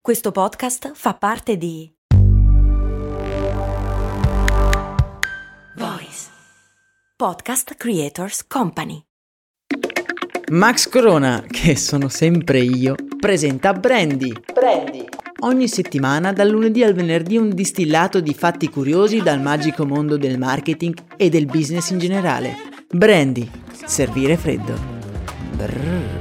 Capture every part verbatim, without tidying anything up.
Questo podcast fa parte di Voice Podcast Creators Company. Max Corona, che sono sempre io, presenta Brandy. Brandy. Ogni settimana, dal lunedì al venerdì, un distillato di fatti curiosi dal magico mondo del marketing e del business in generale. Brandy. Servire freddo. Brrr.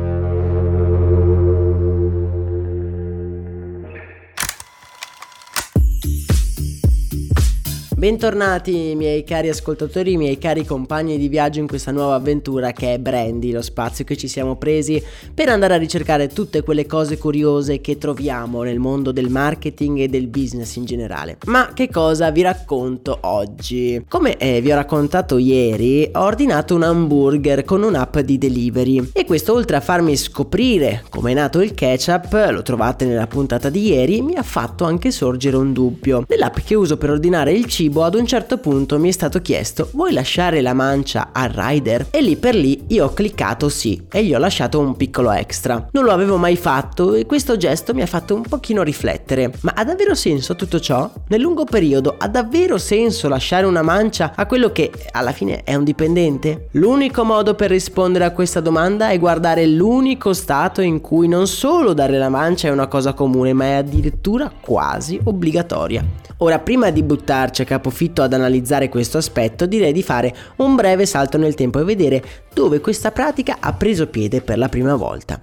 Bentornati miei cari ascoltatori, miei cari compagni di viaggio in questa nuova avventura che è Brandy, lo spazio che ci siamo presi per andare a ricercare tutte quelle cose curiose che troviamo nel mondo del marketing e del business in generale. Ma che cosa vi racconto oggi? Come eh, vi ho raccontato ieri, ho ordinato un hamburger con un'app di delivery e questo, oltre a farmi scoprire come è nato il ketchup, lo trovate nella puntata di ieri, mi ha fatto anche sorgere un dubbio. Nell'app che uso per ordinare il cibo, ad un certo punto mi è stato chiesto: vuoi lasciare la mancia al rider? E lì per lì io ho cliccato sì e gli ho lasciato un piccolo extra. Non lo avevo mai fatto e questo gesto mi ha fatto un pochino riflettere. Ma ha davvero senso tutto ciò? Nel lungo periodo ha davvero senso lasciare una mancia a quello che alla fine è un dipendente? L'unico modo per rispondere a questa domanda è guardare l'unico stato in cui non solo dare la mancia è una cosa comune, ma è addirittura quasi obbligatoria. Ora, prima di buttarci a capofitto ad analizzare questo aspetto, direi di fare un breve salto nel tempo e vedere dove questa pratica ha preso piede per la prima volta.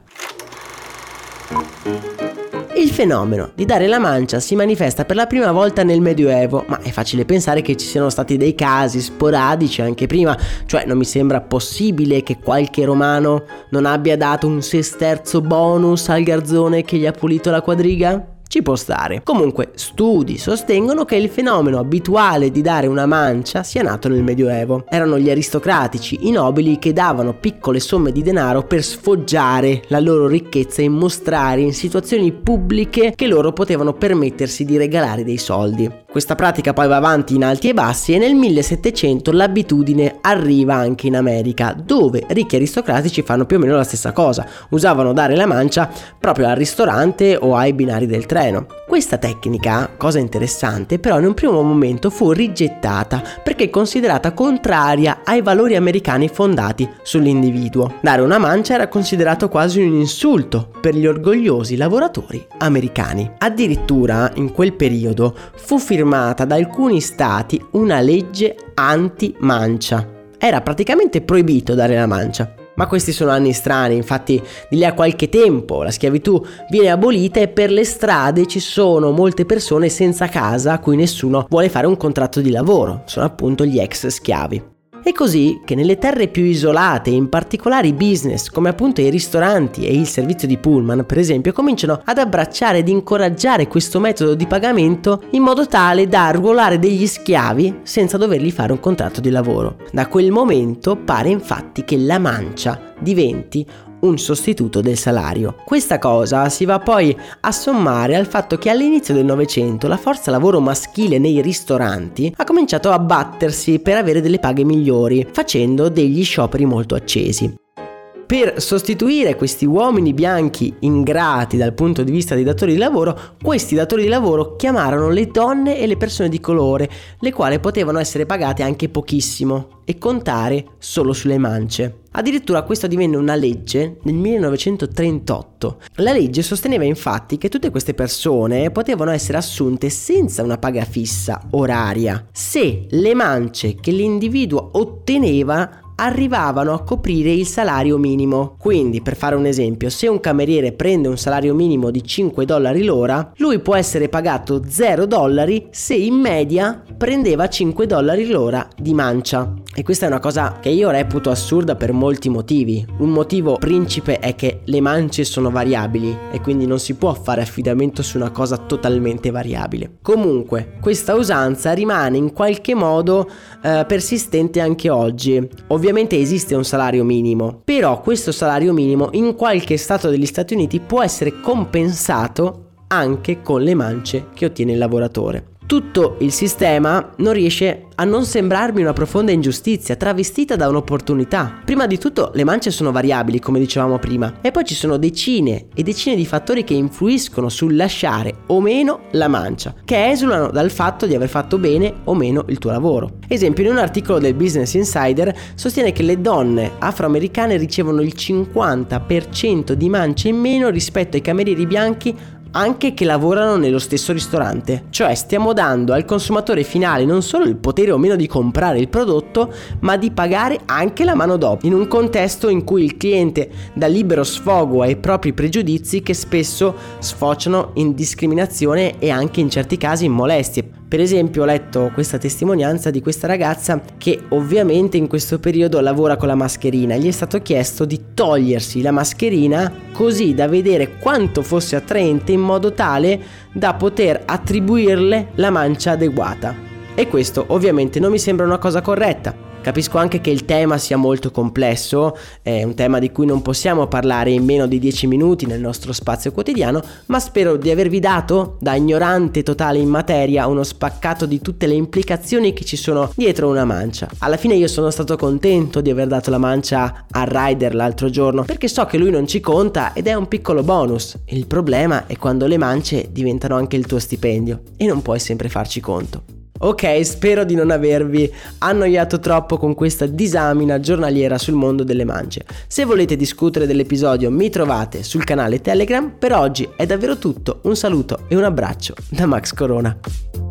Il fenomeno di dare la mancia si manifesta per la prima volta nel Medioevo, ma è facile pensare che ci siano stati dei casi sporadici anche prima, cioè non mi sembra possibile che qualche romano non abbia dato un sesterzo bonus al garzone che gli ha pulito la quadriga? Ci può stare. Comunque, studi sostengono che il fenomeno abituale di dare una mancia sia nato nel Medioevo. Erano gli aristocratici, i nobili, che davano piccole somme di denaro per sfoggiare la loro ricchezza e mostrare in situazioni pubbliche che loro potevano permettersi di regalare dei soldi. Questa pratica poi va avanti in alti e bassi e nel millesettecento l'abitudine arriva anche in America, dove ricchi aristocratici fanno più o meno la stessa cosa. Usavano dare la mancia proprio al ristorante o ai binari del treno. Questa tecnica, cosa interessante, però in un primo momento fu rigettata perché considerata contraria ai valori americani fondati sull'individuo. Dare una mancia era considerato quasi un insulto per gli orgogliosi lavoratori americani. Addirittura in quel periodo fu firmata da alcuni stati una legge anti-mancia. Era praticamente proibito dare la mancia. Ma questi sono anni strani, infatti di lì a qualche tempo la schiavitù viene abolita e per le strade ci sono molte persone senza casa a cui nessuno vuole fare un contratto di lavoro, sono appunto gli ex schiavi. È così che nelle terre più isolate, in particolari business come appunto i ristoranti e il servizio di pullman per esempio, cominciano ad abbracciare ed incoraggiare questo metodo di pagamento in modo tale da arruolare degli schiavi senza dovergli fare un contratto di lavoro. Da quel momento pare infatti che la mancia diventi un sostituto del salario. Questa cosa si va poi a sommare al fatto che all'inizio del Novecento la forza lavoro maschile nei ristoranti ha cominciato a battersi per avere delle paghe migliori, facendo degli scioperi molto accesi. Per sostituire questi uomini bianchi ingrati dal punto di vista dei datori di lavoro, questi datori di lavoro chiamarono le donne e le persone di colore, le quali potevano essere pagate anche pochissimo e contare solo sulle mance. Addirittura questo divenne una legge nel millenovecentotrentotto. La legge sosteneva infatti che tutte queste persone potevano essere assunte senza una paga fissa oraria, se le mance che l'individuo otteneva arrivavano a coprire il salario minimo. Quindi, per fare un esempio, se un cameriere prende un salario minimo di cinque dollari l'ora, lui può essere pagato zero dollari se in media prendeva cinque dollari l'ora di mancia. E questa è una cosa che io reputo assurda per molti motivi. Un motivo principe è che le mance sono variabili e quindi non si può fare affidamento su una cosa totalmente variabile. Comunque, questa usanza rimane in qualche modo eh, persistente anche oggi. Ovviamente Ovviamente esiste un salario minimo, però questo salario minimo in qualche stato degli Stati Uniti può essere compensato anche con le mance che ottiene il lavoratore. Tutto il sistema non riesce a non sembrarmi una profonda ingiustizia travestita da un'opportunità. Prima di tutto le mance sono variabili, come dicevamo prima, e poi ci sono decine e decine di fattori che influiscono sul lasciare o meno la mancia, che esulano dal fatto di aver fatto bene o meno il tuo lavoro. Esempio, in un articolo del Business Insider sostiene che le donne afroamericane ricevono il cinquanta per cento di mance in meno rispetto ai camerieri bianchi anche che lavorano nello stesso ristorante. Cioè stiamo dando al consumatore finale non solo il potere o meno di comprare il prodotto, ma di pagare anche la manodopera, in un contesto in cui il cliente dà libero sfogo ai propri pregiudizi che spesso sfociano in discriminazione e anche in certi casi in molestie. Per esempio, ho letto questa testimonianza di questa ragazza che ovviamente in questo periodo lavora con la mascherina. Gli è stato chiesto di togliersi la mascherina così da vedere quanto fosse attraente in modo tale da poter attribuirle la mancia adeguata. E questo ovviamente non mi sembra una cosa corretta. Capisco anche che il tema sia molto complesso, è un tema di cui non possiamo parlare in meno di dieci minuti nel nostro spazio quotidiano, ma spero di avervi dato, da ignorante totale in materia, uno spaccato di tutte le implicazioni che ci sono dietro una mancia. Alla fine io sono stato contento di aver dato la mancia a Ryder l'altro giorno, perché so che lui non ci conta ed è un piccolo bonus. Il problema è quando le mance diventano anche il tuo stipendio e non puoi sempre farci conto. Ok, spero di non avervi annoiato troppo con questa disamina giornaliera sul mondo delle mance. Se volete discutere dell'episodio mi trovate sul canale Telegram. Per oggi è davvero tutto, un saluto e un abbraccio da Max Corona.